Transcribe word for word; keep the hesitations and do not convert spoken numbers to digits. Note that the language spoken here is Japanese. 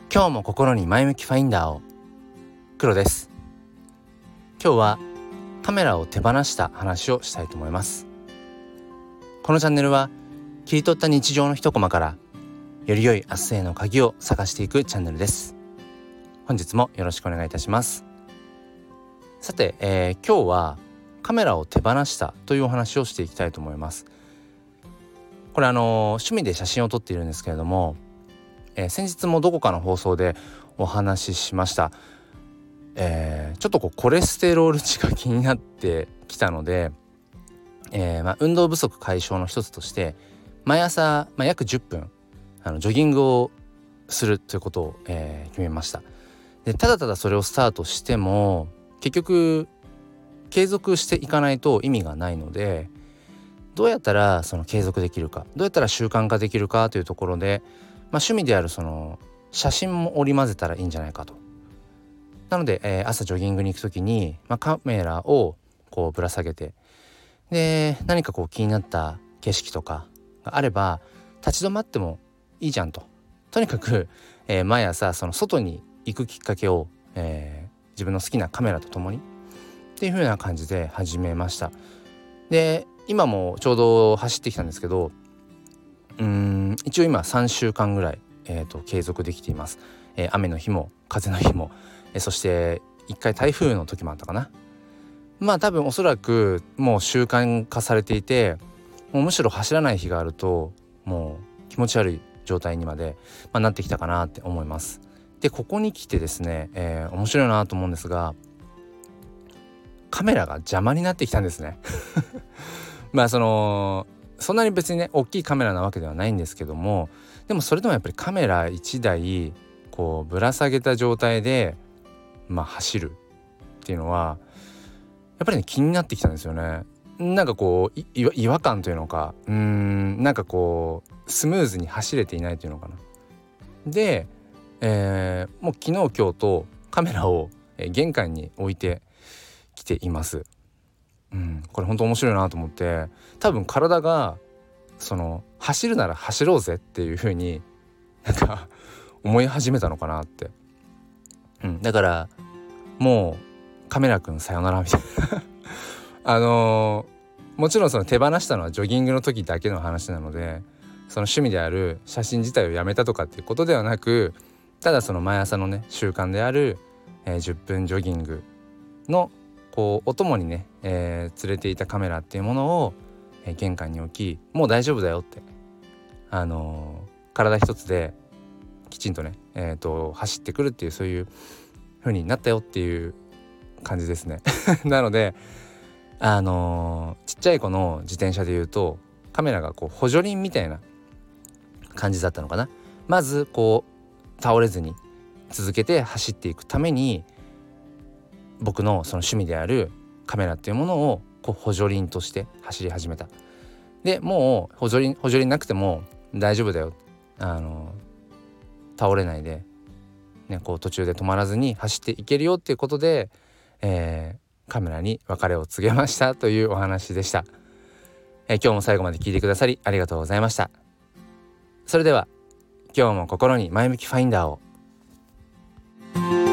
今日も心に前向きファインダーを。黒です。今日はカメラを手放した話をしたいと思います。このチャンネルは切り取った日常の一コマからより良い明日への鍵を探していくチャンネルです。本日もよろしくお願いいたします。さて、えー、今日はカメラを手放したというお話をしていきたいと思います。これあの趣味で写真を撮っているんですけれども、えー、先日もどこかの放送でお話ししました、えー、ちょっとこうコレステロール値が気になってきたので、えーまあ、運動不足解消の一つとして毎朝、まあ、約じゅっぷんあのジョギングをするということを、えー、決めました。でただただそれをスタートしても結局継続していかないと意味がないので、どうやったらその継続できるか、どうやったら習慣化できるかというところで、まあ、趣味であるその写真も織り交ぜたらいいんじゃないかと。なので、えー、朝ジョギングに行くときに、まあ、カメラをこうぶら下げて、で何かこう気になった景色とかがあれば立ち止まってもいいじゃんと。とにかく、えー、毎朝その外に行くきっかけを、えー、自分の好きなカメラとともにっていう風な感じで始めました。で今もちょうど走ってきたんですけど、うーん一応今さんしゅうかんぐらい、えー、と継続できています。えー、雨の日も風の日も、えー、そして一回台風の時もあったかな。まあ多分おそらくもう習慣化されていて、もうむしろ走らない日があるともう気持ち悪い状態にまで、まあ、なってきたかなって思います。でここに来てですね、えー、面白いなと思うんですが、カメラが邪魔になってきたんですねまあそのそんなに別にね大きいカメラなわけではないんですけども、でもそれでもやっぱりカメラいちだいこうぶら下げた状態でまあ走るっていうのはやっぱりね気になってきたんですよね。なんかこう違和感というのか、うーんなんかこうスムーズに走れていないというのかな。で、えー、もう昨日今日とカメラを玄関に置いてきています。うん、これ本当面白いなと思って、多分体がその走るなら走ろうぜっていう風になんか思い始めたのかなって、うん、だからもうカメラくんさよならみたいなあのー、もちろんその手放したのはジョギングの時だけの話なので、その趣味である写真自体をやめたとかっていうことではなく、ただその毎朝のね習慣である、えー、じゅっぷんジョギングのこうお供にね、えー、連れていたカメラっていうものを、えー、玄関に置き、もう大丈夫だよって、あのー、体一つできちんとね、えー、と走ってくるっていう、そういう風になったよっていう感じですねなのであのー、ちっちゃい子の自転車でいうとカメラがこう補助輪みたいな感じだったのかな。まずこう倒れずに続けて走っていくために、僕のその趣味であるカメラっていうものをこう補助輪として走り始めた。でもう補助輪補助輪なくても大丈夫だよ、あの倒れないで、ね、こう途中で止まらずに走っていけるよっていうことで、えー、カメラに別れを告げましたというお話でした。えー、今日も最後まで聞いてくださりありがとうございました。それでは今日も心に前向きファインダーを。